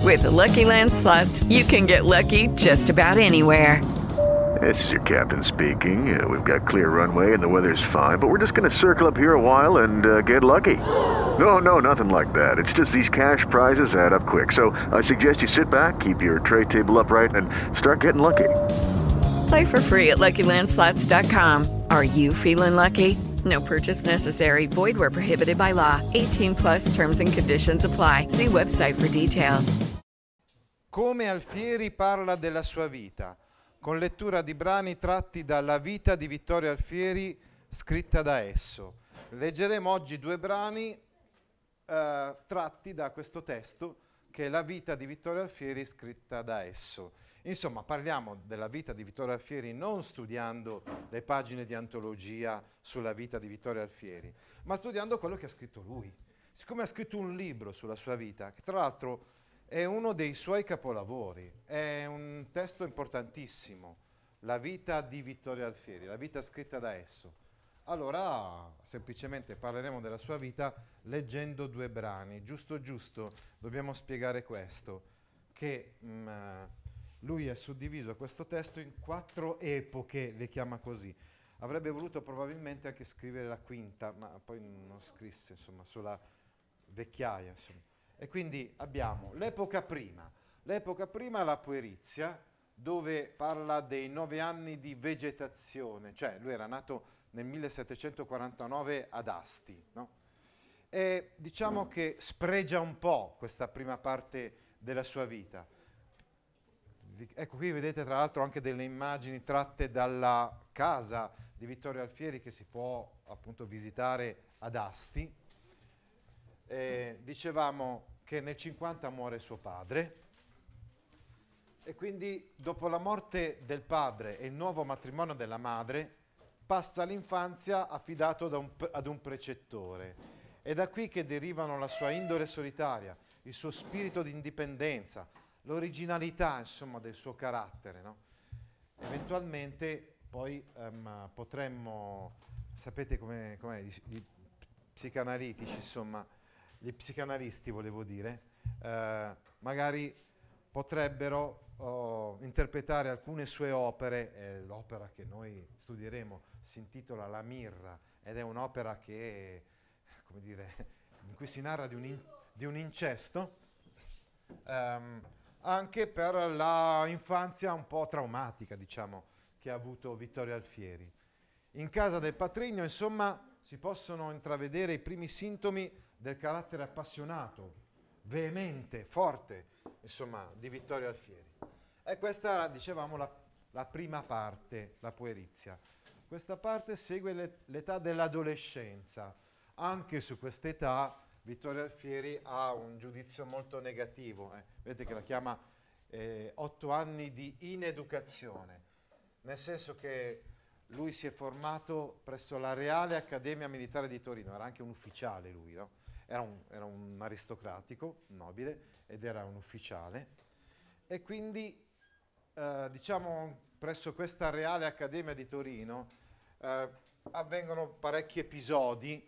With the Lucky Land Slots, you can get lucky just about anywhere. This is your captain speaking. We've got clear runway and the weather's fine, but we're just going to circle up here a while and get lucky. No, nothing like that. It's just these cash prizes add up quick. So I suggest you sit back, keep your tray table upright, and start getting lucky. Play for free at LuckyLandSlots.com. Are you feeling lucky? No purchase necessary. Void where prohibited by law. 18 plus terms and conditions apply. See website for details. Come Alfieri parla della sua vita, con lettura di brani tratti dalla vita di Vittorio Alfieri scritta da esso. Leggeremo oggi 2 brani tratti da questo testo che è la vita di Vittorio Alfieri scritta da esso. Insomma, parliamo della vita di Vittorio Alfieri non studiando le pagine di antologia sulla vita di Vittorio Alfieri, ma studiando quello che ha scritto lui. Siccome ha scritto un libro sulla sua vita, che tra l'altro è uno dei suoi capolavori, è un testo importantissimo, la vita di Vittorio Alfieri, la vita scritta da esso. Allora, semplicemente parleremo della sua vita leggendo 2 brani. Giusto, dobbiamo spiegare questo, che lui ha suddiviso questo testo in 4 epoche, le chiama così. Avrebbe voluto probabilmente anche scrivere la quinta, ma poi non scrisse, insomma, sulla vecchiaia, insomma. E quindi abbiamo l'epoca prima la puerizia, dove parla dei 9 anni di vegetazione, cioè lui era nato nel 1749 ad Asti, no? E diciamo che spregia un po' questa prima parte della sua vita. Ecco, qui vedete tra l'altro anche delle immagini tratte dalla casa di Vittorio Alfieri che si può appunto visitare ad Asti. Dicevamo che nel 50 muore suo padre e quindi dopo la morte del padre e il nuovo matrimonio della madre passa l'infanzia affidato ad un precettore. È da qui che derivano la sua indole solitaria, il suo spirito di indipendenza, l'originalità, insomma, del suo carattere, no? Eventualmente poi potremmo, sapete com'è gli psicanalitici, insomma, gli psicanalisti volevo dire, magari potrebbero interpretare alcune sue opere. L'opera che noi studieremo si intitola La Mirra ed è un'opera che, come dire, in cui si narra di un incesto, anche per la infanzia un po' traumatica, diciamo, che ha avuto Vittorio Alfieri. In casa del patrigno, insomma, si possono intravedere i primi sintomi del carattere appassionato, veemente, forte, insomma, di Vittorio Alfieri. E questa, dicevamo, la prima parte, la puerizia. Questa parte segue l'età dell'adolescenza. Anche su quest'età Vittorio Alfieri ha un giudizio molto negativo. Vedete che la chiama 8 anni di ineducazione, nel senso che lui si è formato presso la Reale Accademia Militare di Torino, era anche un ufficiale lui, no? Era un aristocratico, nobile, ed era un ufficiale. E quindi, diciamo, presso questa Reale Accademia di Torino avvengono parecchi episodi.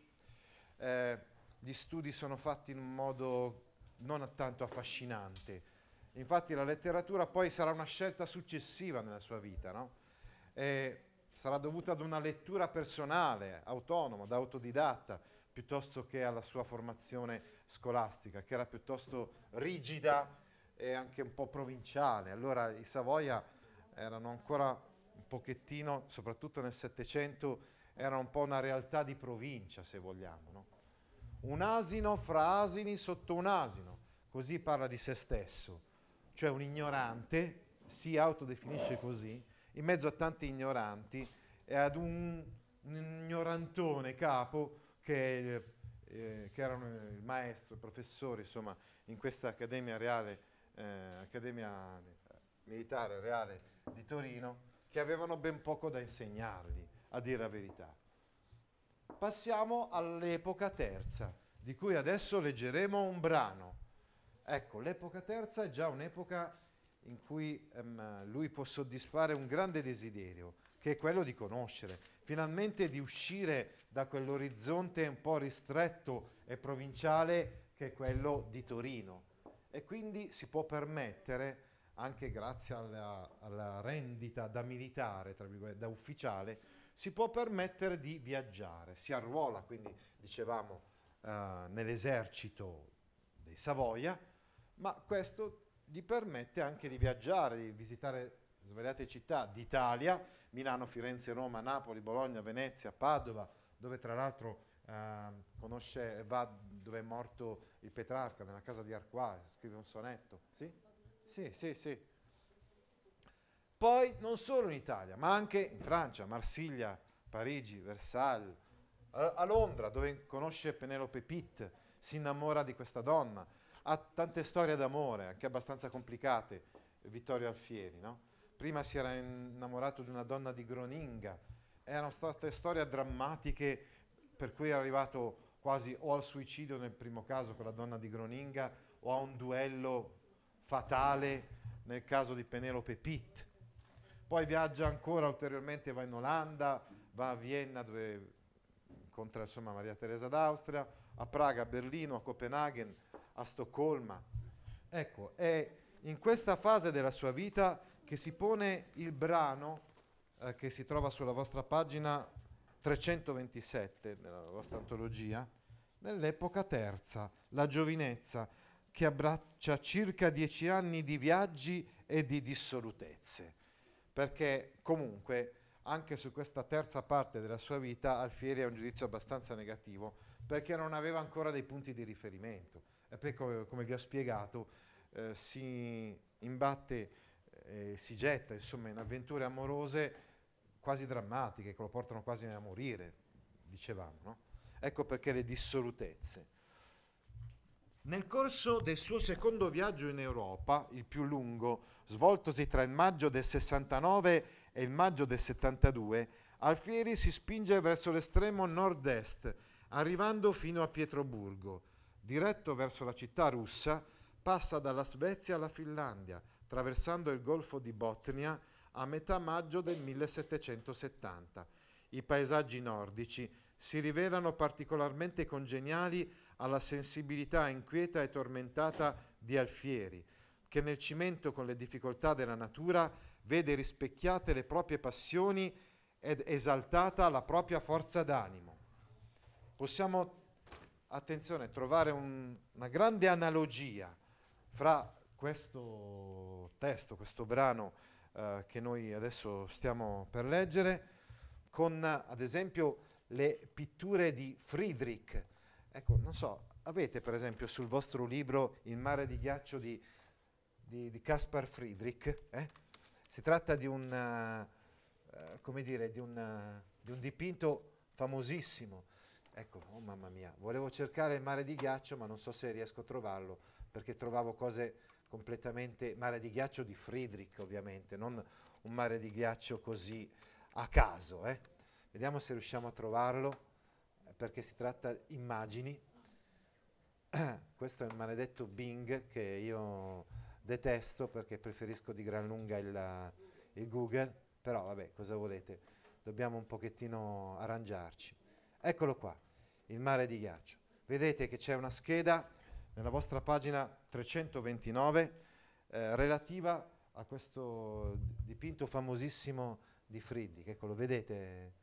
Gli studi sono fatti in un modo non tanto affascinante. Infatti la letteratura poi sarà una scelta successiva nella sua vita, no? Sarà dovuta ad una lettura personale, autonoma, da autodidatta, piuttosto che alla sua formazione scolastica, che era piuttosto rigida e anche un po' provinciale. Allora i Savoia erano ancora un pochettino, soprattutto nel Settecento, erano un po' una realtà di provincia, se vogliamo, no? Un asino fra asini sotto un asino, così parla di se stesso, cioè un ignorante, si autodefinisce così, in mezzo a tanti ignoranti e ad un ignorantone capo che erano il maestro, il professore, insomma, in questa Accademia Reale, Accademia Militare Reale di Torino, che avevano ben poco da insegnargli, a dire la verità. Passiamo all'epoca terza, di cui adesso leggeremo un brano. Ecco, l'epoca terza è già un'epoca in cui lui può soddisfare un grande desiderio, che è quello di conoscere, finalmente di uscire da quell'orizzonte un po' ristretto e provinciale che è quello di Torino. e quindi si può permettere, anche grazie alla rendita da militare, tra virgolette, da ufficiale, si può permettere di viaggiare. Si arruola, quindi dicevamo, nell'esercito dei Savoia, ma questo gli permette anche di viaggiare, di visitare svariate città d'Italia, Milano, Firenze, Roma, Napoli, Bologna, Venezia, Padova, dove tra l'altro dove è morto il Petrarca, nella casa di Arquà, scrive un sonetto. Sì? Sì. Poi non solo in Italia, ma anche in Francia, Marsiglia, Parigi, Versailles, a Londra, dove conosce Penelope Pitt, si innamora di questa donna. Ha tante storie d'amore, anche abbastanza complicate, Vittorio Alfieri, no? Prima si era innamorato di una donna di Groninga, erano state storie drammatiche per cui è arrivato quasi o al suicidio nel primo caso con la donna di Groninga o a un duello fatale nel caso di Penelope Pitt. Poi viaggia ancora ulteriormente, va in Olanda, va a Vienna dove incontra insomma Maria Teresa d'Austria, a Praga, a Berlino, a Copenaghen, a Stoccolma. Ecco, è in questa fase della sua vita che si pone il brano che si trova sulla vostra pagina 327 nella vostra antologia, nell'epoca terza, la giovinezza, che abbraccia circa 10 anni di viaggi e di dissolutezze. Perché comunque anche su questa terza parte della sua vita Alfieri ha un giudizio abbastanza negativo, perché non aveva ancora dei punti di riferimento. E poi, come vi ho spiegato, si imbatte, si getta insomma in avventure amorose quasi drammatiche, che lo portano quasi a morire, dicevamo, no? Ecco perché le dissolutezze. Nel corso del suo secondo viaggio in Europa, il più lungo, svoltosi tra il maggio del 69 e il maggio del 72, Alfieri si spinge verso l'estremo nord-est, arrivando fino a Pietroburgo. Diretto verso la città russa, passa dalla Svezia alla Finlandia, attraversando il golfo di Botnia a metà maggio del 1770. I paesaggi nordici si rivelano particolarmente congeniali alla sensibilità inquieta e tormentata di Alfieri, che nel cimento con le difficoltà della natura vede rispecchiate le proprie passioni ed esaltata la propria forza d'animo. Possiamo, attenzione, trovare una grande analogia fra questo testo, questo brano che noi adesso stiamo per leggere, con ad esempio le pitture di Friedrich. Ecco, non so, avete per esempio sul vostro libro Il mare di ghiaccio di Caspar Friedrich? Si tratta di come dire, di un dipinto famosissimo. Ecco, oh mamma mia, volevo cercare il mare di ghiaccio, ma non so se riesco a trovarlo, perché trovavo cose completamente... Mare di ghiaccio di Friedrich, ovviamente, non un mare di ghiaccio così a caso, Vediamo se riusciamo a trovarlo, perché si tratta di immagini. Questo è il maledetto Bing, che io detesto, perché preferisco di gran lunga il Google, però vabbè, cosa volete? Dobbiamo un pochettino arrangiarci. Eccolo qua, il mare di ghiaccio. Vedete che c'è una scheda nella vostra pagina 329 relativa a questo dipinto famosissimo di Friedrich. Ecco, lo vedete?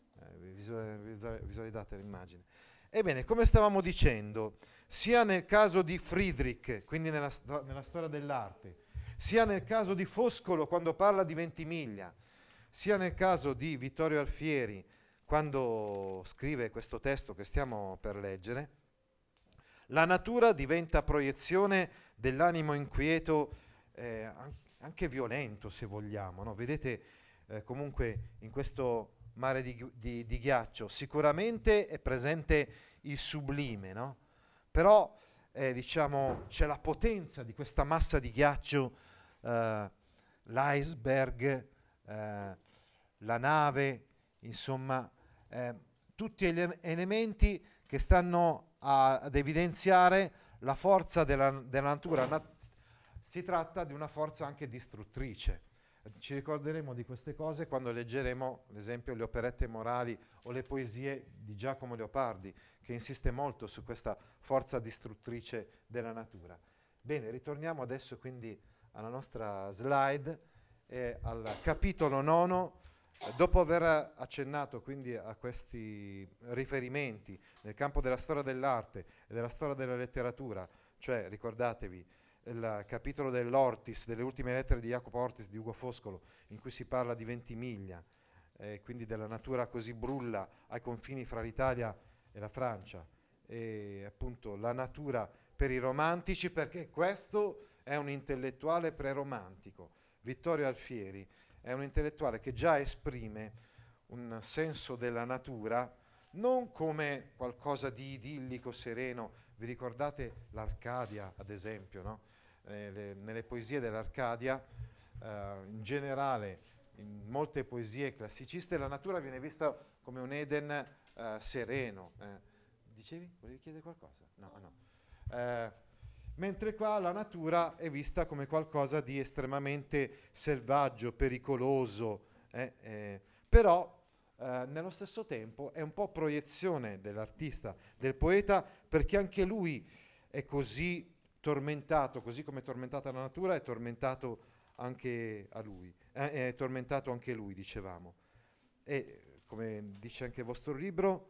Visualizzate l'immagine. Ebbene, come stavamo dicendo, sia nel caso di Friedrich, quindi nella storia dell'arte, sia nel caso di Foscolo quando parla di Ventimiglia, sia nel caso di Vittorio Alfieri quando scrive questo testo che stiamo per leggere, la natura diventa proiezione dell'animo inquieto, anche violento se vogliamo, no? Vedete comunque in questo mare di ghiaccio sicuramente è presente il sublime, no? Però diciamo c'è la potenza di questa massa di ghiaccio, l'iceberg, la nave, insomma tutti gli elementi che stanno ad evidenziare la forza della natura. Si tratta di una forza anche distruttrice. Ci ricorderemo di queste cose quando leggeremo, ad esempio, le operette morali o le poesie di Giacomo Leopardi, che insiste molto su questa forza distruttrice della natura. Bene, ritorniamo adesso quindi alla nostra slide e al capitolo 9. Dopo aver accennato quindi a questi riferimenti nel campo della storia dell'arte e della storia della letteratura, cioè ricordatevi il capitolo dell'Ortis, delle ultime lettere di Jacopo Ortis di Ugo Foscolo, in cui si parla di Ventimiglia, quindi della natura così brulla ai confini fra l'Italia e la Francia, e appunto la natura per i romantici, perché questo è un intellettuale preromantico. Vittorio Alfieri è un intellettuale che già esprime un senso della natura non come qualcosa di idillico, sereno. Vi ricordate l'Arcadia, ad esempio, no? Nelle poesie dell'Arcadia, in generale, in molte poesie classiciste, la natura viene vista come un Eden sereno. Dicevi? Volevi chiedere qualcosa? No. Mentre qua la natura è vista come qualcosa di estremamente selvaggio, pericoloso, però nello stesso tempo è un po' proiezione dell'artista, del poeta, perché anche lui è così tormentato, così come è tormentata la natura, è tormentato anche a lui, è tormentato anche lui, dicevamo. E come dice anche il vostro libro,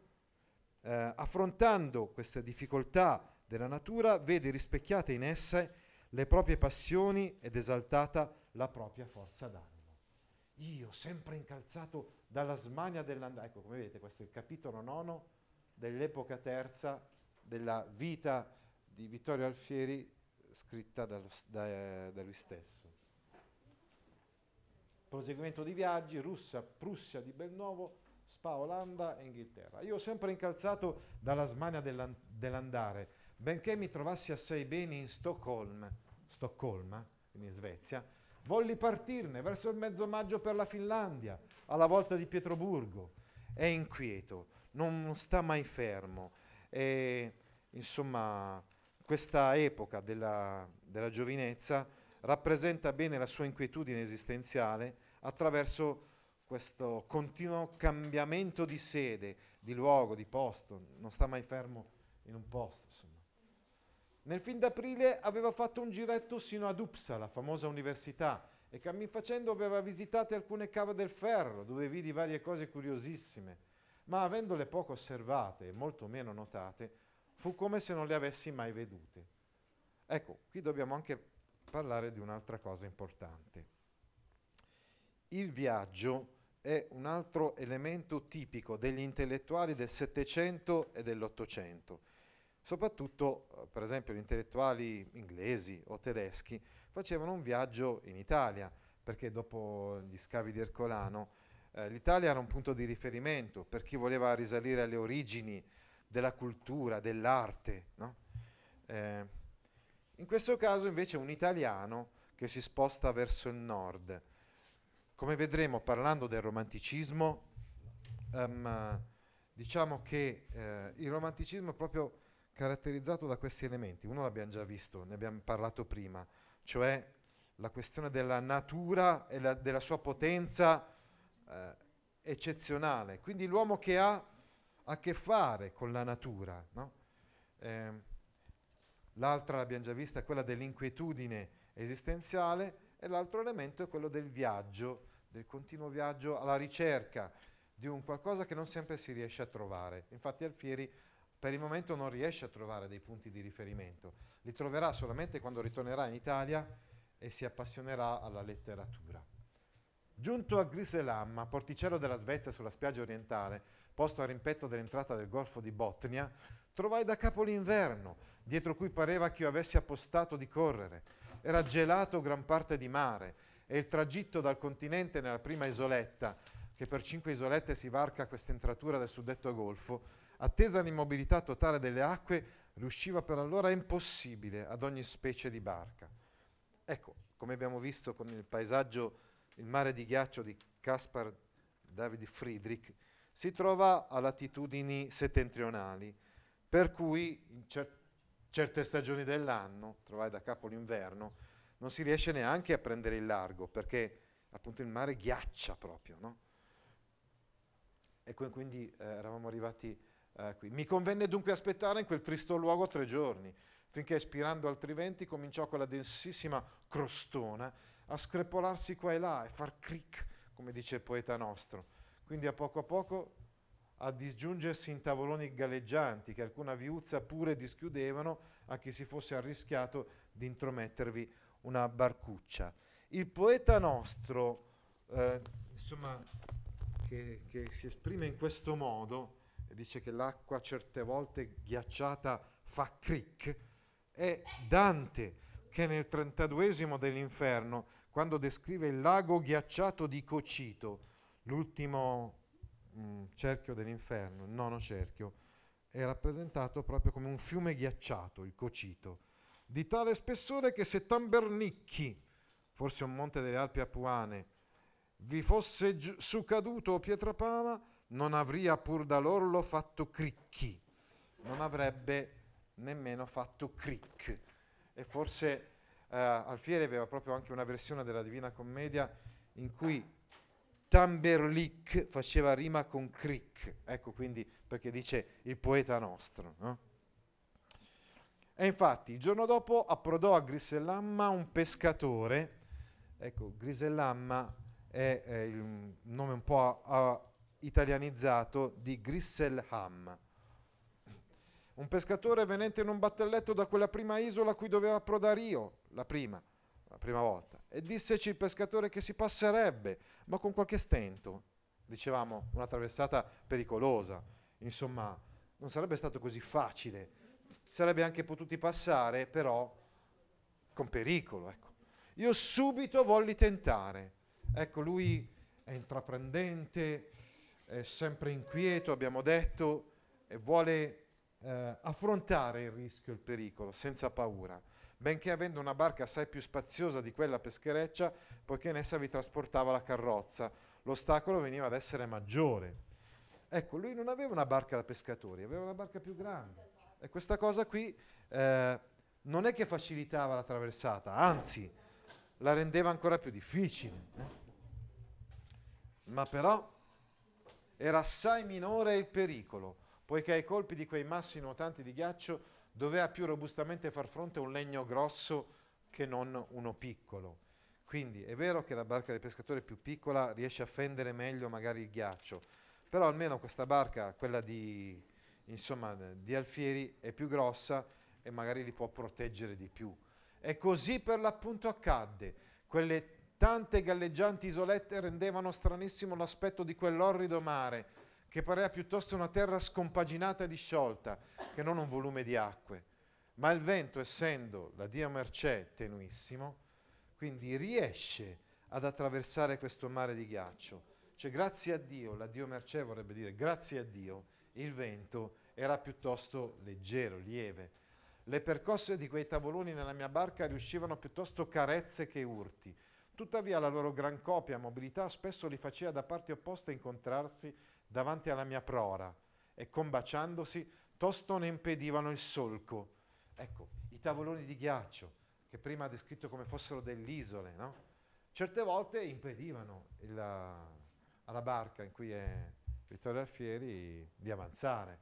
affrontando queste difficoltà della natura, vede rispecchiate in esse le proprie passioni ed esaltata la propria forza d'animo. Io, sempre incalzato dalla smania dell'andare, ecco, come vedete, questo è il capitolo 9 dell'epoca terza della vita di Vittorio Alfieri, scritta da lui stesso. Proseguimento di viaggi, Russia, Prussia di Belnovo, Spa, Olanda e Inghilterra. Io, sempre incalzato dalla smania dell'andare, benché mi trovassi assai bene in Stoccolma, quindi in Svezia, volli partirne verso il mezzo maggio per la Finlandia, alla volta di Pietroburgo. È inquieto, non sta mai fermo. E, insomma, questa epoca della giovinezza rappresenta bene la sua inquietudine esistenziale attraverso questo continuo cambiamento di sede, di luogo, di posto. Non sta mai fermo in un posto, insomma. Nel fin d'aprile aveva fatto un giretto sino ad Uppsala, famosa università, e cammin facendo aveva visitate alcune cave del ferro, dove vidi varie cose curiosissime, ma avendole poco osservate e molto meno notate, fu come se non le avessi mai vedute. Ecco, qui dobbiamo anche parlare di un'altra cosa importante. Il viaggio è un altro elemento tipico degli intellettuali del Settecento e dell'Ottocento. Soprattutto, per esempio, gli intellettuali inglesi o tedeschi facevano un viaggio in Italia, perché dopo gli scavi di Ercolano l'Italia era un punto di riferimento per chi voleva risalire alle origini della cultura, dell'arte, no? In questo caso invece un italiano che si sposta verso il nord. Come vedremo parlando del romanticismo, diciamo che il romanticismo è proprio caratterizzato da questi elementi. Uno l'abbiamo già visto, ne abbiamo parlato prima, cioè la questione della natura e della sua potenza eccezionale. Quindi l'uomo che ha a che fare con la natura, no? L'altra l'abbiamo già vista, quella dell'inquietudine esistenziale, e l'altro elemento è quello del viaggio, del continuo viaggio alla ricerca di un qualcosa che non sempre si riesce a trovare. Infatti Alfieri per il momento non riesce a trovare dei punti di riferimento, li troverà solamente quando ritornerà in Italia e si appassionerà alla letteratura. Giunto a Grisslehamn, porticello della Svezia sulla spiaggia orientale, posto a rimpetto dell'entrata del golfo di Botnia, trovai da capo l'inverno, dietro cui pareva che io avessi appostato di correre. Era gelato gran parte di mare, e il tragitto dal continente nella prima isoletta, che per 5 isolette si varca a questa entratura del suddetto golfo, attesa l'immobilità totale delle acque, riusciva per allora impossibile ad ogni specie di barca. Ecco, come abbiamo visto con il paesaggio Il mare di ghiaccio di Caspar David Friedrich, si trova a latitudini settentrionali, per cui in certe stagioni dell'anno, trovai da capo l'inverno, non si riesce neanche a prendere il largo, perché appunto il mare ghiaccia proprio, no? E quindi eravamo arrivati qui. Mi convenne dunque aspettare in quel tristo luogo 3 giorni. finché ispirando altri venti cominciò quella densissima crostona a screpolarsi qua e là e far cric, come dice il poeta nostro. Quindi a poco a disgiungersi in tavoloni galleggianti che alcuna viuzza pure dischiudevano a chi si fosse arrischiato di intromettervi una barcuccia. Il poeta nostro, insomma, che si esprime in questo modo e dice che l'acqua certe volte ghiacciata fa cric, è Dante, che nel 32esimo dell'Inferno, quando descrive il lago ghiacciato di Cocito, l'ultimo cerchio dell'Inferno, il nono cerchio, è rappresentato proprio come un fiume ghiacciato, il Cocito, di tale spessore che se Tambernicchi, forse un monte delle Alpi Apuane, vi fosse su caduto o Pietrapama, non avria pur da l'orlo fatto cricchi, non avrebbe nemmeno fatto cric. E forse Alfieri aveva proprio anche una versione della Divina Commedia in cui Tamberlic faceva rima con cric, ecco, quindi perché dice il poeta nostro, no? E infatti il giorno dopo approdò a Grisellamma un pescatore. Ecco, Grisellamma è il nome un po' italianizzato di Grisselham. Un pescatore venente in un battelletto da quella prima isola a cui doveva approdare io, la prima volta, e disseci il pescatore che si passerebbe, ma con qualche stento. Dicevamo, una traversata pericolosa, insomma, non sarebbe stato così facile, sarebbe anche potuti passare, però con pericolo, ecco. Io subito volli tentare. Ecco, lui è intraprendente, è sempre inquieto, abbiamo detto, e vuole affrontare il rischio e il pericolo senza paura, benché avendo una barca assai più spaziosa di quella peschereccia, poiché in essa vi trasportava la carrozza, l'ostacolo veniva ad essere maggiore. Ecco, lui non aveva una barca da pescatori, aveva una barca più grande, e questa cosa qui non è che facilitava la traversata, anzi la rendeva ancora più difficile, ma però era assai minore il pericolo, poiché ai colpi di quei massi nuotanti di ghiaccio doveva più robustamente far fronte a un legno grosso che non uno piccolo. Quindi è vero che la barca del pescatore più piccola riesce a fendere meglio magari il ghiaccio, però almeno questa barca, quella di Alfieri, è più grossa e magari li può proteggere di più. E così per l'appunto accadde. Quelle tante galleggianti isolette rendevano stranissimo l'aspetto di quell'orrido mare, che pareva piuttosto una terra scompaginata e disciolta che non un volume di acque. Ma il vento, essendo la Dio mercè tenuissimo, quindi riesce ad attraversare questo mare di ghiaccio. Cioè, grazie a Dio, la Dio mercè vorrebbe dire grazie a Dio, il vento era piuttosto leggero, lieve. Le percosse di quei tavoloni nella mia barca riuscivano piuttosto carezze che urti. Tuttavia la loro gran copia e mobilità spesso li faceva da parti opposte incontrarsi davanti alla mia prora e combaciandosi tosto ne impedivano il solco. Ecco, i tavoloni di ghiaccio, che prima ha descritto come fossero delle isole, no? Certe volte impedivano alla barca in cui è Vittorio Alfieri di avanzare.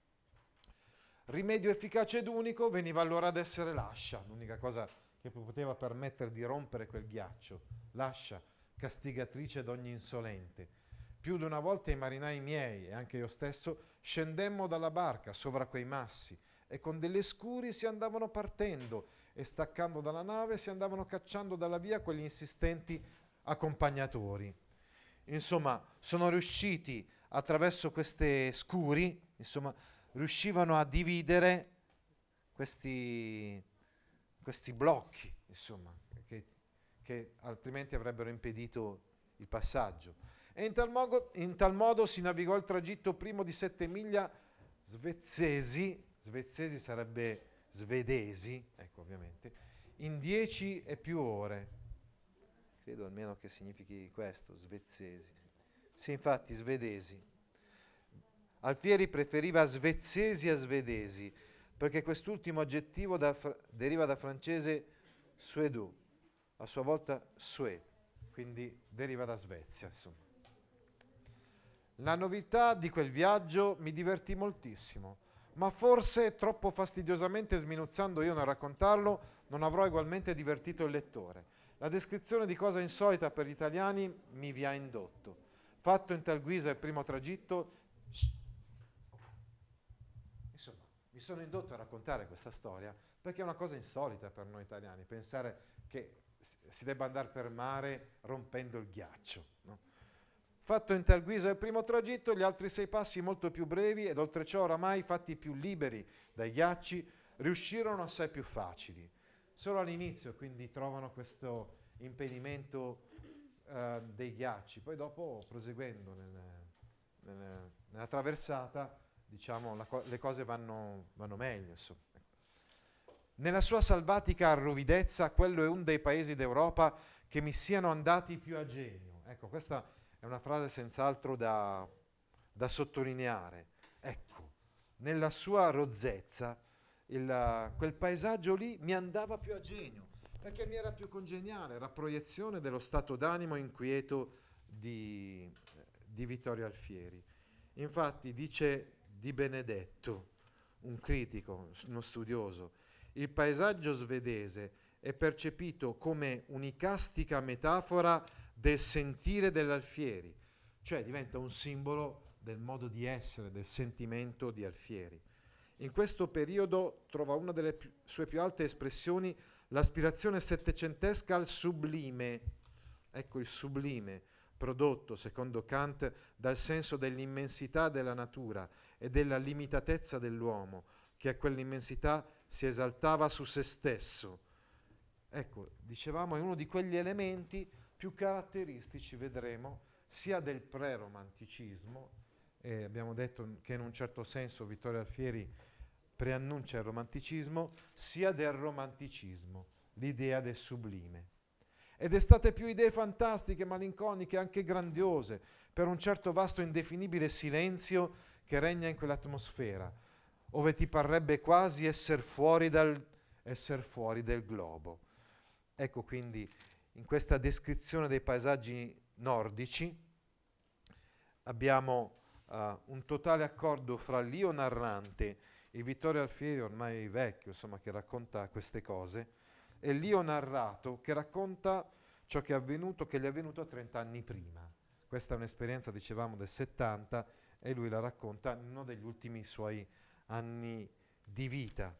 Rimedio efficace ed unico veniva allora ad essere l'ascia, l'unica cosa che poteva permettere di rompere quel ghiaccio, l'ascia, castigatrice d'ogni insolente. Più di una volta i marinai miei e anche io stesso scendemmo dalla barca sovra quei massi e con delle scuri si andavano partendo e staccando dalla nave si andavano cacciando dalla via quegli insistenti accompagnatori. Insomma, sono riusciti attraverso queste scuri, riuscivano a dividere questi blocchi, che altrimenti avrebbero impedito il passaggio. E in tal modo si navigò il tragitto primo di 7 miglia svezzesi sarebbe svedesi, ecco ovviamente, in 10 e più ore. Credo almeno che significhi questo, svezzesi. Sì, infatti, svedesi. Alfieri preferiva svezzesi a svedesi, perché quest'ultimo aggettivo deriva da francese suédoux, a sua volta sué, quindi deriva da Svezia, insomma. La novità di quel viaggio mi divertì moltissimo, ma forse troppo fastidiosamente sminuzzando io nel raccontarlo non avrò ugualmente divertito il lettore. La descrizione di cosa insolita per gli italiani mi vi ha indotto. Fatto in tal guisa il primo tragitto, insomma, mi sono indotto a raccontare questa storia perché è una cosa insolita per noi italiani, pensare che si debba andare per mare rompendo il ghiaccio, no? Fatto in tal guisa il primo tragitto, gli altri 6 passi molto più brevi ed oltre ciò oramai fatti più liberi dai ghiacci, riuscirono assai più facili. Solo all'inizio quindi trovano questo impedimento dei ghiacci, poi dopo proseguendo nella traversata, diciamo, le cose vanno meglio, insomma. Nella sua salvatica arrovidezza, quello è un dei paesi d'Europa che mi siano andati più a genio. Ecco, questa è una frase senz'altro da sottolineare. Ecco, nella sua rozzezza, quel paesaggio lì mi andava più a genio, perché mi era più congeniale, era proiezione dello stato d'animo inquieto di Vittorio Alfieri. Infatti dice Di Benedetto, un critico, uno studioso, il paesaggio svedese è percepito come un'icastica metafora del sentire dell'Alfieri, cioè diventa un simbolo del modo di essere, del sentimento di Alfieri. In questo periodo trova una delle sue più alte espressioni l'aspirazione settecentesca al sublime. Ecco il sublime, prodotto, secondo Kant, dal senso dell'immensità della natura e della limitatezza dell'uomo, che a quell'immensità si esaltava su se stesso. Ecco, dicevamo, è uno di quegli elementi più caratteristici, vedremo, sia del preromanticismo, e abbiamo detto che in un certo senso Vittorio Alfieri preannuncia il romanticismo, sia del romanticismo, l'idea del sublime. Ed è state più idee fantastiche, malinconiche, anche grandiose, per un certo vasto indefinibile silenzio che regna in quell'atmosfera, ove ti parrebbe quasi esser fuori del globo. Ecco quindi in questa descrizione dei paesaggi nordici abbiamo un totale accordo fra l'io narrante, il Vittorio Alfieri ormai vecchio, insomma, che racconta queste cose, e l'io narrato che racconta ciò che è avvenuto, che gli è avvenuto 30 anni prima. Questa è un'esperienza, dicevamo, del 70 e lui la racconta in uno degli ultimi suoi anni di vita.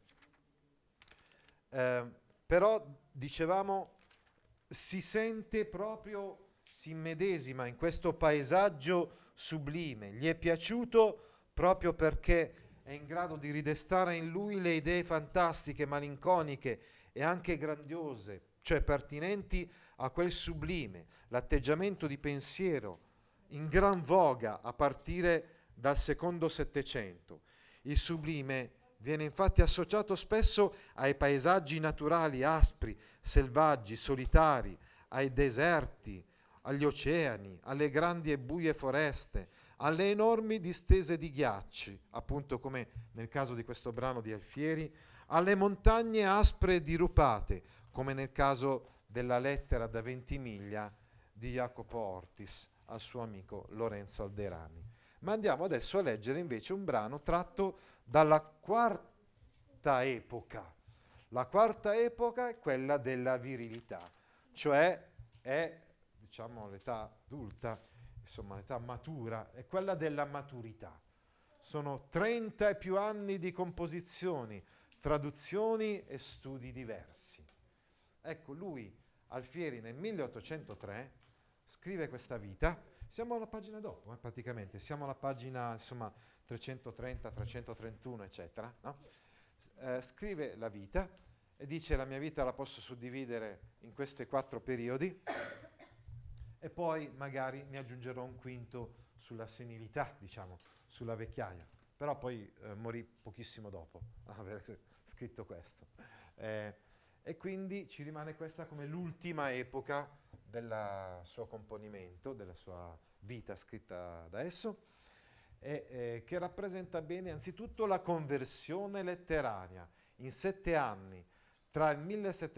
Però, dicevamo, si sente proprio, si immedesima in questo paesaggio sublime. Gli è piaciuto proprio perché è in grado di ridestare in lui le idee fantastiche, malinconiche e anche grandiose, cioè pertinenti a quel sublime, l'atteggiamento di pensiero in gran voga a partire dal secondo Settecento. Il sublime viene infatti associato spesso ai paesaggi naturali aspri, selvaggi, solitari, ai deserti, agli oceani, alle grandi e buie foreste, alle enormi distese di ghiacci, appunto come nel caso di questo brano di Alfieri, alle montagne aspre e dirupate, come nel caso della lettera da Ventimiglia di Jacopo Ortis al suo amico Lorenzo Alderani. Ma andiamo adesso a leggere invece un brano tratto dalla quarta epoca. La quarta epoca è quella della virilità, cioè è, diciamo, l'età adulta, insomma l'età matura, è quella della maturità. Sono 30 e più anni di composizioni, traduzioni e studi diversi. Ecco, lui, Alfieri, nel 1803 scrive questa vita. Siamo alla pagina dopo, praticamente, siamo alla pagina, insomma, 330, 331, eccetera, no? Scrive la vita e dice: la mia vita la posso suddividere in questi 4 periodi e poi magari ne aggiungerò un quinto sulla senilità, diciamo, sulla vecchiaia. Però poi morì pochissimo dopo aver scritto questo. E quindi ci rimane questa come l'ultima epoca del suo componimento, della sua vita scritta da esso, che rappresenta bene anzitutto la conversione letteraria in 7 anni, tra il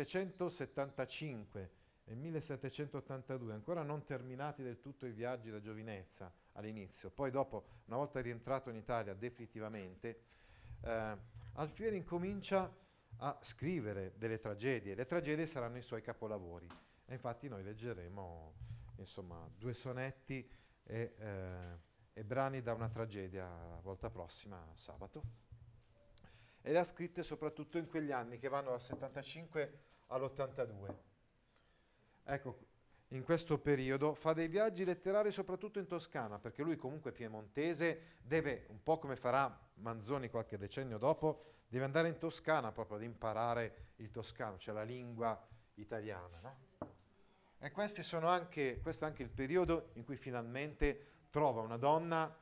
1775 e il 1782, ancora non terminati del tutto i viaggi da giovinezza all'inizio, poi dopo, una volta rientrato in Italia definitivamente, Alfieri incomincia a scrivere delle tragedie. Le tragedie saranno i suoi capolavori. E infatti noi leggeremo, insomma, 2 sonetti e brani da una tragedia la volta prossima, sabato. E le ha scritte soprattutto in quegli anni che vanno dal 75 all'82. Ecco, in questo periodo fa dei viaggi letterari soprattutto in Toscana, perché lui comunque piemontese, deve, un po' come farà Manzoni qualche decennio dopo, deve andare in Toscana proprio ad imparare il toscano, cioè la lingua italiana, no? E questo è anche il periodo in cui finalmente trova una donna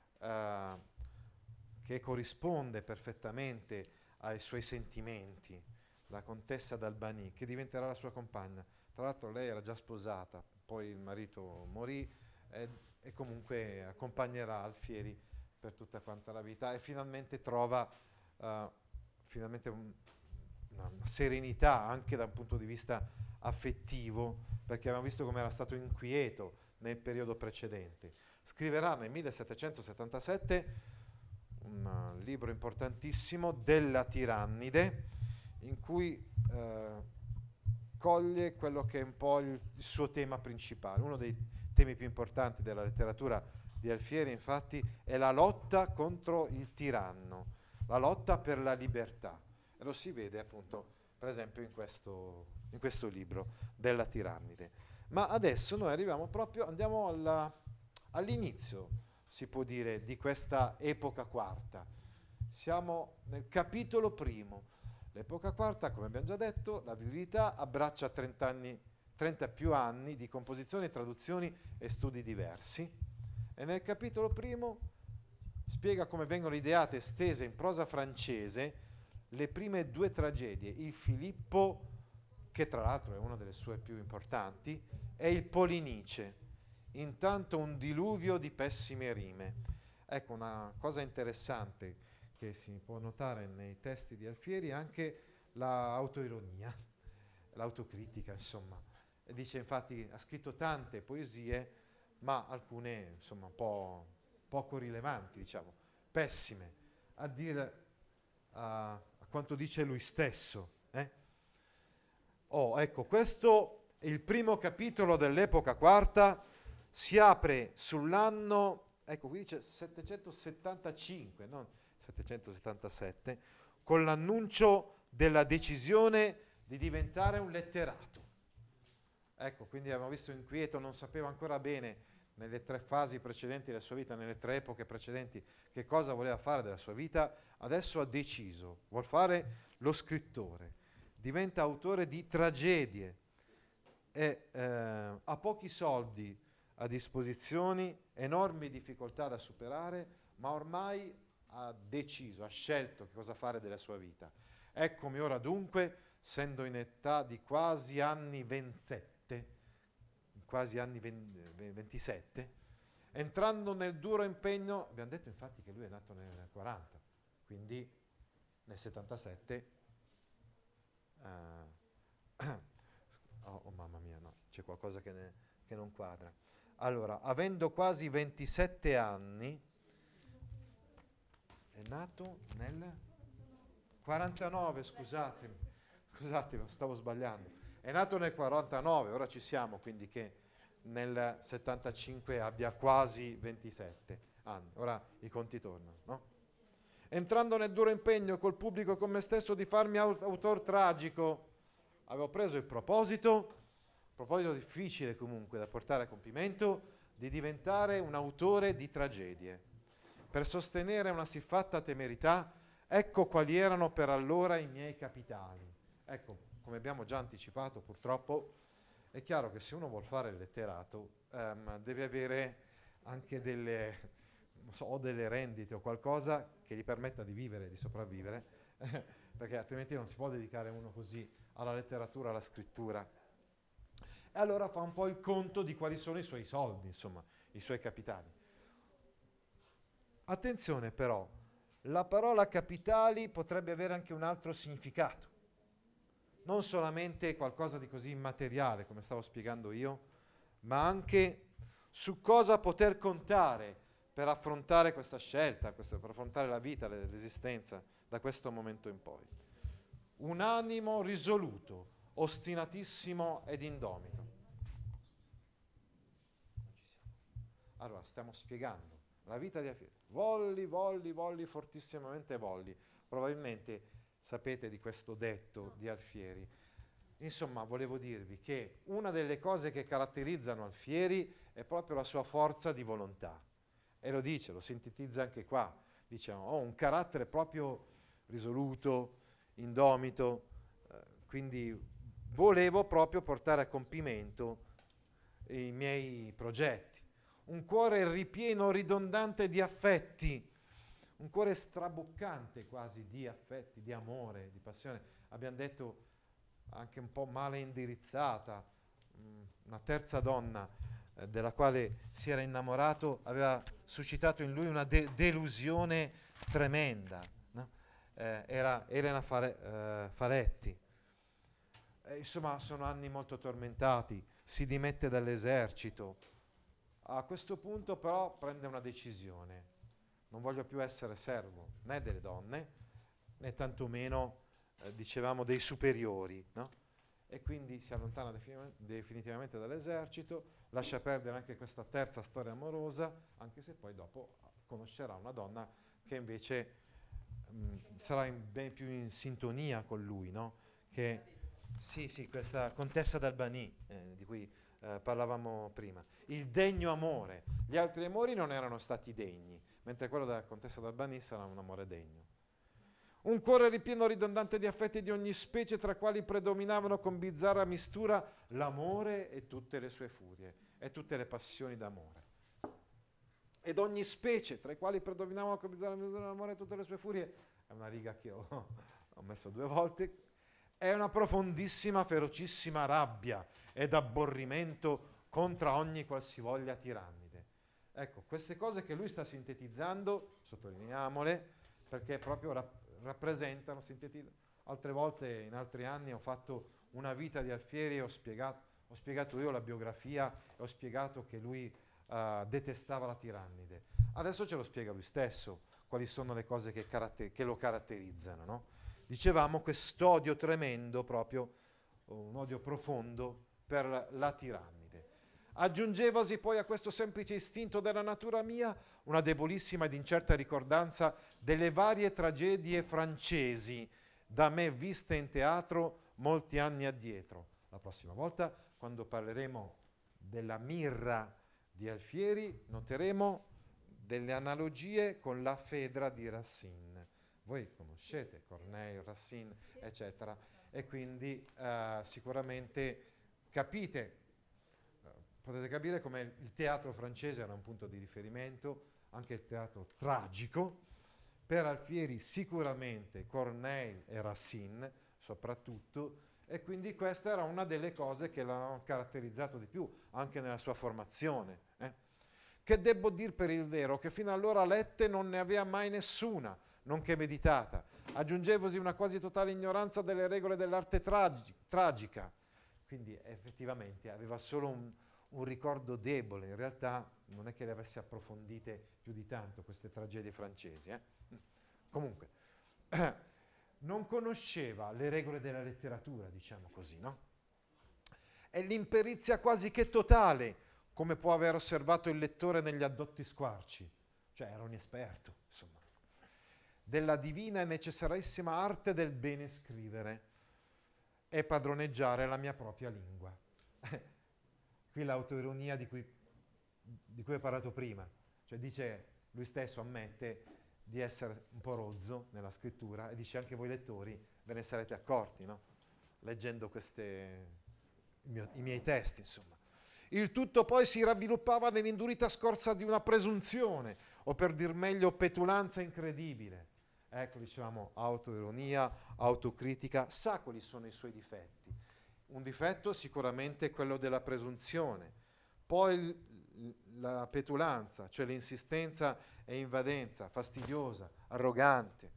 che corrisponde perfettamente ai suoi sentimenti, la contessa d'Albany, che diventerà la sua compagna. Tra l'altro lei era già sposata, poi il marito morì e comunque accompagnerà Alfieri per tutta quanta la vita e finalmente trova finalmente una serenità anche da un punto di vista affettivo, perché abbiamo visto come era stato inquieto nel periodo precedente. Scriverà nel 1777 un libro importantissimo, Della Tirannide, in cui coglie quello che è un po' il suo tema principale. Uno dei temi più importanti della letteratura di Alfieri, infatti, è la lotta contro il tiranno, la lotta per la libertà. E lo si vede appunto, per esempio, in questo libro, Della Tirannide. Ma adesso noi andiamo all'inizio, si può dire, di questa epoca quarta. Siamo nel capitolo primo. L'epoca quarta, come abbiamo già detto, la virilità abbraccia 30 più anni di composizioni, traduzioni e studi diversi. E nel capitolo primo spiega come vengono ideate e stese in prosa francese le prime 2 tragedie, il Filippo, che tra l'altro è una delle sue più importanti, e il Polinice, intanto un diluvio di pessime rime. Ecco, una cosa interessante che si può notare nei testi di Alfieri è anche l'autoironia, l'autocritica, insomma. E dice, infatti, ha scritto tante poesie, ma alcune, insomma, un po' poco rilevanti, diciamo, pessime, a dire a quanto dice lui stesso. Ecco, questo è il primo capitolo dell'epoca quarta, si apre sull'anno, ecco, qui dice 775, non 777, con l'annuncio della decisione di diventare un letterato. Ecco, quindi abbiamo visto inquieto, non sapeva ancora bene nelle 3 fasi precedenti della sua vita, nelle 3 epoche precedenti, che cosa voleva fare della sua vita. Adesso ha deciso, vuol fare lo scrittore, diventa autore di tragedie e ha pochi soldi a disposizione, enormi difficoltà da superare, ma ormai ha deciso, ha scelto che cosa fare della sua vita. Eccomi ora dunque, essendo in età di quasi anni 27, entrando nel duro impegno, abbiamo detto infatti che lui è nato nel 40, quindi nel 77, oh mamma mia, no, c'è qualcosa che non quadra. Allora, avendo quasi 27 anni, è nato nel 49, scusatemi, stavo sbagliando. È nato nel 49, ora ci siamo, quindi che nel 75 abbia quasi 27 anni. Ora i conti tornano, no? Entrando nel duro impegno col pubblico e con me stesso di farmi autor tragico, avevo preso il proposito difficile comunque da portare a compimento, di diventare un autore di tragedie. Per sostenere una siffatta temerità, ecco quali erano per allora i miei capitali. Ecco, come abbiamo già anticipato, purtroppo, è chiaro che se uno vuol fare il letterato deve avere anche delle rendite o qualcosa che gli permetta di vivere, di sopravvivere, perché altrimenti non si può dedicare uno così alla letteratura, alla scrittura. E allora fa un po' il conto di quali sono i suoi soldi, insomma, i suoi capitali. Attenzione però, la parola capitali potrebbe avere anche un altro significato. Non solamente qualcosa di così immateriale, come stavo spiegando io, ma anche su cosa poter contare per affrontare questa scelta, per affrontare la vita, l'esistenza da questo momento in poi. Un animo risoluto, ostinatissimo ed indomito. Allora, stiamo spiegando la vita di Alfieri. Volli, fortissimamente volli. Probabilmente sapete di questo detto di Alfieri. Insomma, volevo dirvi che una delle cose che caratterizzano Alfieri è proprio la sua forza di volontà. E lo dice, lo sintetizza anche qua. Dice, ho un carattere proprio risoluto, indomito, quindi volevo proprio portare a compimento i miei progetti. Un cuore ripieno, ridondante di affetti, un cuore straboccante quasi di affetti, di amore, di passione. Abbiamo detto anche un po' male indirizzata, una terza donna della quale si era innamorato aveva suscitato in lui una delusione tremenda, no? Era Elena Faletti. Insomma, sono anni molto tormentati, si dimette dall'esercito. A questo punto però prende una decisione: non voglio più essere servo né delle donne né tantomeno dicevamo dei superiori, no? E quindi si allontana definitivamente dall'esercito, lascia perdere anche questa terza storia amorosa, anche se poi dopo conoscerà una donna che invece sarà ben più in sintonia con lui, no? Che sì, questa contessa d'Albany di cui parlavamo prima. Il degno amore. Gli altri amori non erano stati degni, mentre quello della contessa d'Albany sarà un amore degno. Un cuore ripieno, ridondante di affetti di ogni specie, tra quali predominavano con bizzarra mistura l'amore e tutte le sue furie e tutte le passioni d'amore. Ed ogni specie, tra i quali predominavano con bizzarra mistura l'amore e tutte le sue furie, è una riga che ho messo 2 volte, è una profondissima, ferocissima rabbia ed abborrimento contro ogni qualsivoglia tirannide. Ecco, queste cose che lui sta sintetizzando, sottolineiamole, perché proprio rappresentano, altre volte in altri anni ho fatto una vita di Alfieri e ho spiegato io la biografia e ho spiegato che lui detestava la tirannide. Adesso ce lo spiega lui stesso, quali sono le cose che lo caratterizzano, no? Dicevamo quest'odio tremendo, proprio un odio profondo per la tirannide. Aggiungevasi poi a questo semplice istinto della natura mia una debolissima ed incerta ricordanza delle varie tragedie francesi da me viste in teatro molti anni addietro. La prossima volta, quando parleremo della mirra di Alfieri, noteremo delle analogie con la Fedra di Racine. Voi conoscete Corneille, Racine, eccetera, e quindi sicuramente potete capire come il teatro francese era un punto di riferimento, anche il teatro tragico. Per Alfieri sicuramente Corneille e Racine soprattutto, e quindi questa era una delle cose che l'hanno caratterizzato di più anche nella sua formazione. Che debbo dir per il vero che fino allora lette non ne aveva mai nessuna, nonché meditata. Aggiungevosi una quasi totale ignoranza delle regole dell'arte tragica. Quindi effettivamente aveva solo un ricordo debole, in realtà non è che le avesse approfondite più di tanto queste tragedie francesi. Comunque, non conosceva le regole della letteratura, diciamo così, no? È l'imperizia quasi che totale, come può aver osservato il lettore negli addotti squarci, cioè era un esperto, insomma, della divina e necessarissima arte del bene scrivere e padroneggiare la mia propria lingua. Qui l'autoironia di cui ho parlato prima, cioè dice, lui stesso ammette di essere un po' rozzo nella scrittura e dice anche voi lettori ve ne sarete accorti, no? Leggendo i miei testi, insomma. Il tutto poi si ravviluppava nell'indurita scorza di una presunzione, o per dir meglio petulanza incredibile. Ecco, dicevamo, autoironia, autocritica, sa quali sono i suoi difetti. Un difetto sicuramente è quello della presunzione, poi la petulanza, cioè l'insistenza e invadenza, fastidiosa, arrogante.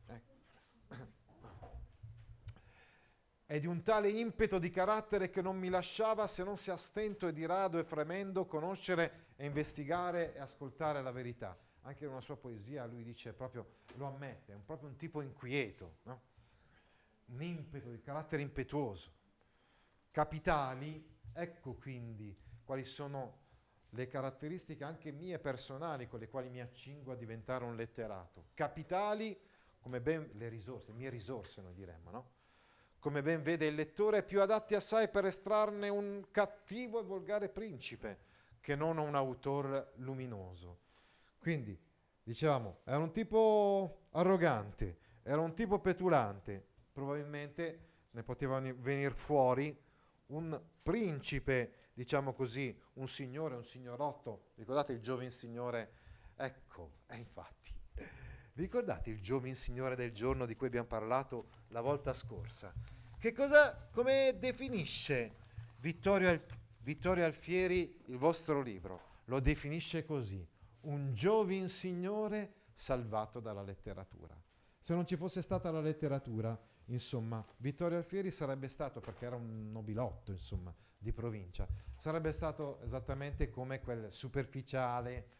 È di un tale impeto di carattere che non mi lasciava, se non se a stento e di rado e fremendo, conoscere e investigare e ascoltare la verità. anche in una sua poesia lui dice proprio, lo ammette, è proprio un tipo inquieto, no? Un impeto, di carattere impetuoso. Capitali, ecco quindi quali sono le caratteristiche anche mie personali con le quali mi accingo a diventare un letterato. Capitali, come ben le risorse, mie risorse noi diremmo, no? Come ben vede il lettore, più adatti assai per estrarne un cattivo e volgare principe che non un autor luminoso. Quindi, dicevamo, era un tipo arrogante, era un tipo petulante, probabilmente ne poteva venire fuori un principe, diciamo così, un signore, un signorotto. Ricordate il giovin signore? Ecco, infatti. Vi ricordate il giovin signore del giorno di cui abbiamo parlato la volta scorsa? Come definisce Vittorio Alfieri il vostro libro? Lo definisce così: un giovin signore salvato dalla letteratura. Se non ci fosse stata la letteratura, insomma, Vittorio Alfieri sarebbe stato, perché era un nobilotto, insomma, di provincia, sarebbe stato esattamente come quel superficiale,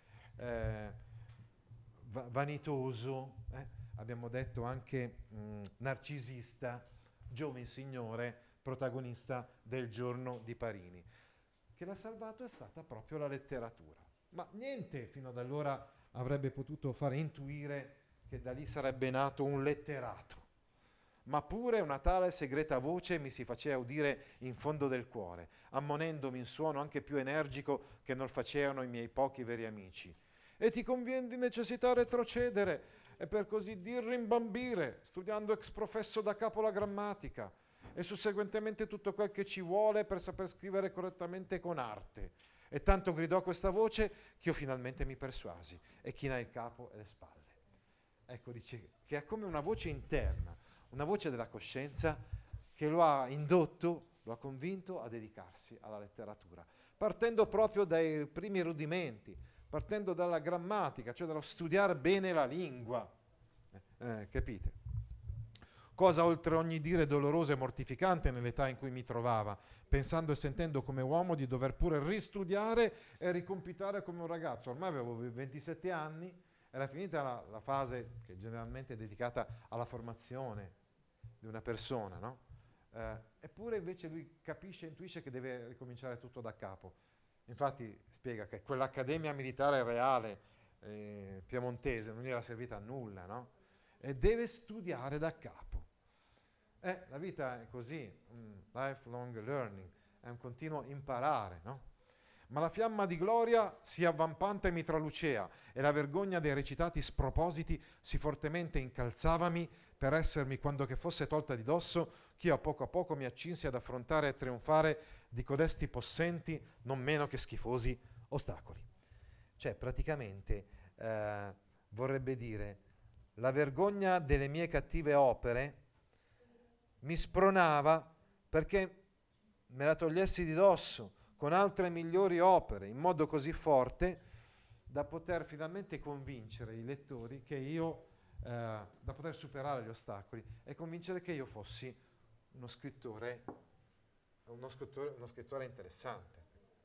vanitoso, abbiamo detto anche narcisista, giovane signore, protagonista del Giorno di Parini. Che l'ha salvato è stata proprio la letteratura. Ma niente fino ad allora avrebbe potuto fare intuire che da lì sarebbe nato un letterato. Ma pure una tale segreta voce mi si faceva udire in fondo del cuore, ammonendomi in suono anche più energico che non facevano i miei pochi veri amici. E ti conviene di necessità retrocedere e per così dir rimbambire, studiando ex professo da capo la grammatica e susseguentemente tutto quel che ci vuole per saper scrivere correttamente con arte. E tanto gridò questa voce che io finalmente mi persuasi e chinai il capo e le spalle. Ecco, dice che è come una voce interna, una voce della coscienza che lo ha indotto, lo ha convinto a dedicarsi alla letteratura, partendo proprio dai primi rudimenti, partendo dalla grammatica, cioè dallo studiare bene la lingua. Capite? Cosa oltre ogni dire dolorosa e mortificante nell'età in cui mi trovava, pensando e sentendo come uomo di dover pure ristudiare e ricompitare come un ragazzo. Ormai avevo 27 anni, era finita la fase che generalmente è dedicata alla formazione di una persona, no? Eppure invece lui capisce, intuisce che deve ricominciare tutto da capo. Infatti spiega che quell'accademia militare reale piemontese non gli era servita a nulla, no? E deve studiare da capo. La vita è così, lifelong learning, è un continuo imparare, no? Ma la fiamma di gloria si avvampante mi tralucea e la vergogna dei recitati spropositi si fortemente incalzavami per essermi, quando che fosse tolta di dosso, ch'io a poco mi accinsi ad affrontare e trionfare di codesti possenti, non meno che schifosi ostacoli. Cioè, praticamente, vorrebbe dire, la vergogna delle mie cattive opere mi spronava perché me la togliessi di dosso con altre migliori opere, in modo così forte da poter finalmente convincere i lettori che io, da poter superare gli ostacoli e convincere che io fossi uno scrittore interessante.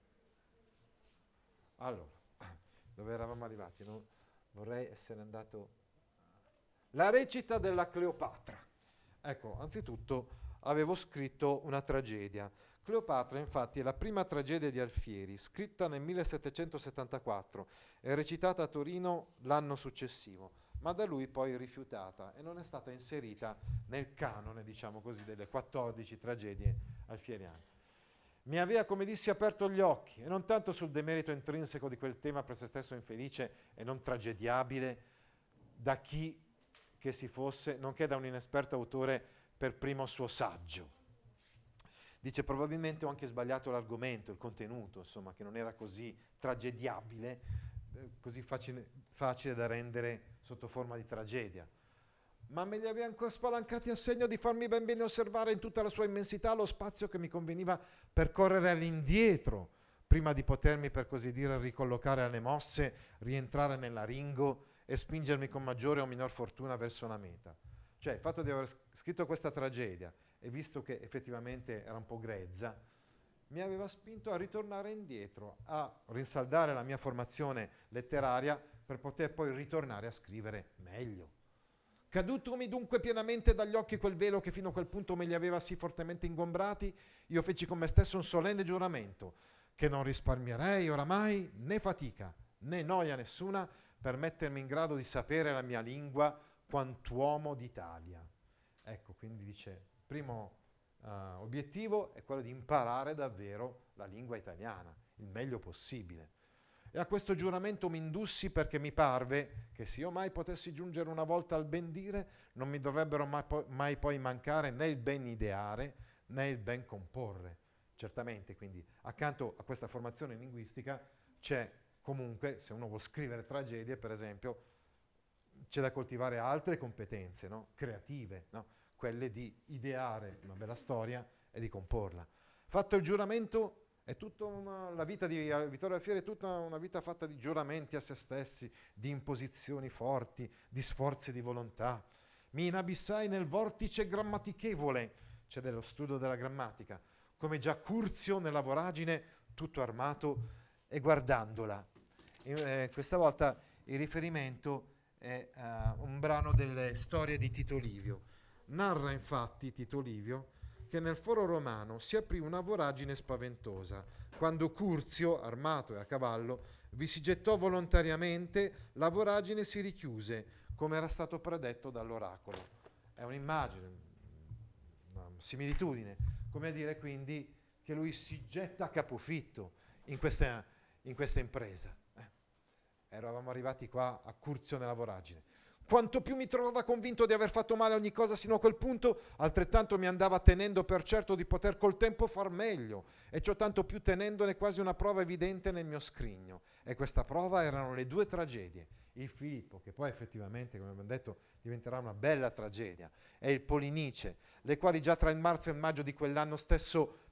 Allora, dove eravamo arrivati? Non vorrei essere andato... La recita della Cleopatra. Ecco, anzitutto avevo scritto una tragedia. Cleopatra, infatti, è la prima tragedia di Alfieri, scritta nel 1774 e recitata a Torino l'anno successivo, ma da lui poi rifiutata e non è stata inserita nel canone, diciamo così, delle 14 tragedie alfieriane. Mi aveva, come dissi, aperto gli occhi, e non tanto sul demerito intrinseco di quel tema per se stesso infelice e non tragediabile da chi che si fosse, nonché da un inesperto autore per primo suo saggio. Dice, probabilmente ho anche sbagliato l'argomento, il contenuto, insomma, che non era così tragediabile, così facile da rendere sotto forma di tragedia. Ma me li aveva ancora spalancati a segno di farmi ben bene osservare in tutta la sua immensità lo spazio che mi conveniva percorrere all'indietro, prima di potermi, per così dire, ricollocare alle mosse, rientrare nell'aringo e spingermi con maggiore o minor fortuna verso la meta. Cioè, il fatto di aver scritto questa tragedia e visto che effettivamente era un po' grezza, mi aveva spinto a ritornare indietro, a rinsaldare la mia formazione letteraria per poter poi ritornare a scrivere meglio. Cadutomi dunque pienamente dagli occhi quel velo che fino a quel punto me li aveva sì fortemente ingombrati, io feci con me stesso un solenne giuramento che non risparmierei oramai né fatica né noia nessuna per mettermi in grado di sapere la mia lingua quant'uomo d'Italia. Ecco, quindi dice, primo obiettivo è quello di imparare davvero la lingua italiana, il meglio possibile. E a questo giuramento mi indussi perché mi parve che se io mai potessi giungere una volta al ben dire, non mi dovrebbero mai poi mancare né il ben ideare né il ben comporre. Certamente, quindi, accanto a questa formazione linguistica c'è comunque, se uno vuol scrivere tragedie, per esempio, c'è da coltivare altre competenze, no? Creative, no? Quelle di ideare una bella storia e di comporla. Fatto il giuramento, è tutta la vita di Vittorio Alfieri è tutta una vita fatta di giuramenti a se stessi, di imposizioni forti, di sforzi di volontà. Mi inabissai nel vortice grammatichevole, cioè dello studio della grammatica, come già Curzio nella voragine, tutto armato e guardandola. Questa volta il riferimento è un brano delle storie di Tito Livio. Narra infatti Tito Livio che nel foro romano si aprì una voragine spaventosa, quando Curzio, armato e a cavallo, vi si gettò volontariamente, la voragine si richiuse, come era stato predetto dall'oracolo. È un'immagine, una similitudine, come a dire quindi che lui si getta a capofitto in questa impresa. Eravamo arrivati qua a Curzio nella voragine. Quanto più mi trovava convinto di aver fatto male a ogni cosa sino a quel punto, altrettanto mi andava tenendo per certo di poter col tempo far meglio, e ciò tanto più tenendone quasi una prova evidente nel mio scrigno. E questa prova erano le 2 tragedie, il Filippo, che poi effettivamente, come abbiamo detto, diventerà una bella tragedia, e il Polinice, le quali già tra il marzo e il maggio di quell'anno stesso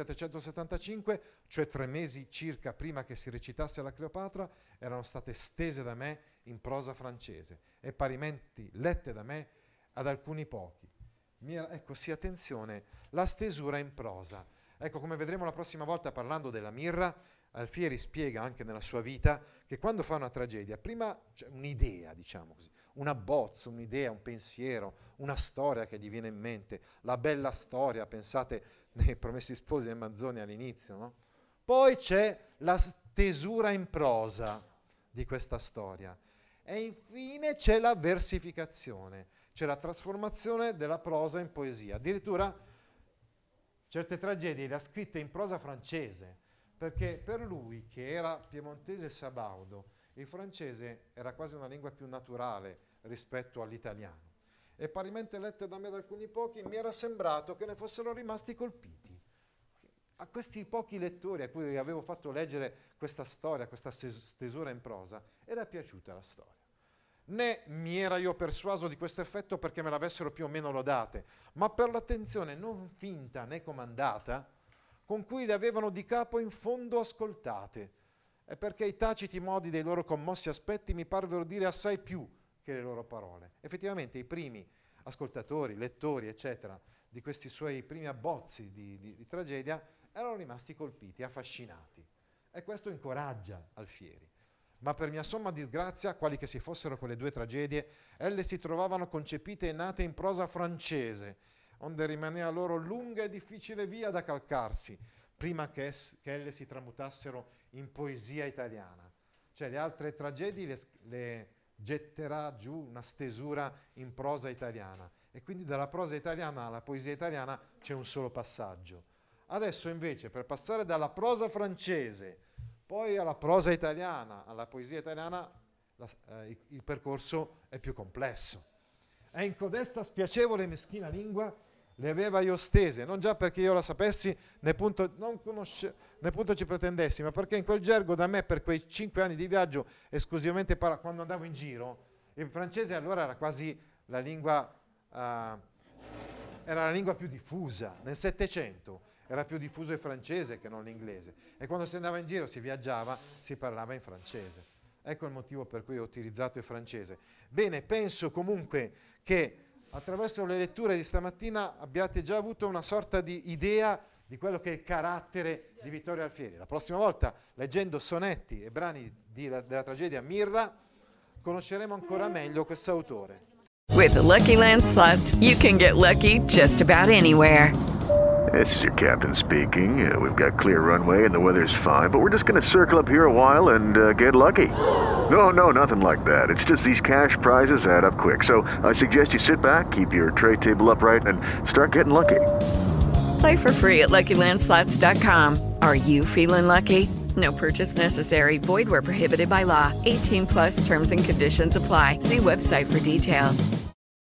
1775, cioè 3 mesi circa prima che si recitasse la Cleopatra, erano state stese da me in prosa francese e parimenti lette da me ad alcuni pochi. Ecco, sì, attenzione, la stesura in prosa. Ecco, come vedremo la prossima volta parlando della Mirra, Alfieri spiega anche nella sua vita che quando fa una tragedia, prima c'è un'idea, diciamo così, un abbozzo, un'idea, un pensiero, una storia che gli viene in mente, la bella storia, pensate nei Promessi Sposi e Manzoni all'inizio, no? Poi c'è la stesura in prosa di questa storia e infine c'è la versificazione, c'è la trasformazione della prosa in poesia. Addirittura certe tragedie le ha scritte in prosa francese, perché per lui, che era piemontese sabaudo, il francese era quasi una lingua più naturale rispetto all'italiano. E parimenti lette da me da alcuni pochi, mi era sembrato che ne fossero rimasti colpiti. A questi pochi lettori a cui avevo fatto leggere questa storia, questa stesura in prosa, era piaciuta la storia. Né mi era io persuaso di questo effetto perché me l'avessero più o meno lodate, ma per l'attenzione non finta né comandata con cui le avevano di capo in fondo ascoltate, e perché i taciti modi dei loro commossi aspetti mi parvero dire assai più che le loro parole. Effettivamente i primi ascoltatori, lettori, eccetera, di questi suoi primi abbozzi di tragedia erano rimasti colpiti, affascinati. E questo incoraggia Alfieri. Ma per mia somma disgrazia, quali che si fossero quelle 2 tragedie, elle si trovavano concepite e nate in prosa francese, onde rimanea loro lunga e difficile via da calcarsi, prima che elle si tramutassero in poesia italiana. Cioè le altre tragedie le getterà giù una stesura in prosa italiana, e quindi dalla prosa italiana alla poesia italiana c'è un solo passaggio. Adesso invece, per passare dalla prosa francese poi alla prosa italiana, alla poesia italiana, il percorso è più complesso. E in codesta spiacevole e meschina lingua le aveva io stese, non già perché io la sapessi, né punto ci pretendessi, ma perché in quel gergo da me per quei 5 anni di viaggio esclusivamente quando andavo in giro, il francese allora era quasi la lingua più diffusa. Nel Settecento era più diffuso il francese che non l'inglese, e quando si andava in giro, si viaggiava, si parlava in francese. Ecco il motivo per cui ho utilizzato il francese. Bene, penso comunque che attraverso le letture di stamattina abbiate già avuto una sorta di idea di quello che è il carattere di Vittorio Alfieri. La prossima volta, leggendo sonetti e brani della tragedia Mirra, conosceremo ancora meglio questo autore. With the Lucky Land Slots, you can get lucky just about anywhere. This is your captain speaking. We've got clear runway and the weather's fine, but we're just going to circle up here a while and get lucky. No, nothing like that. It's just these cash prizes add up quick. So I suggest you sit back, keep your tray table upright, and start getting lucky. Play for free at LuckyLandSlots.com. Are you feeling lucky? No purchase necessary. Void where prohibited by law. 18+ terms and conditions apply. See website for details.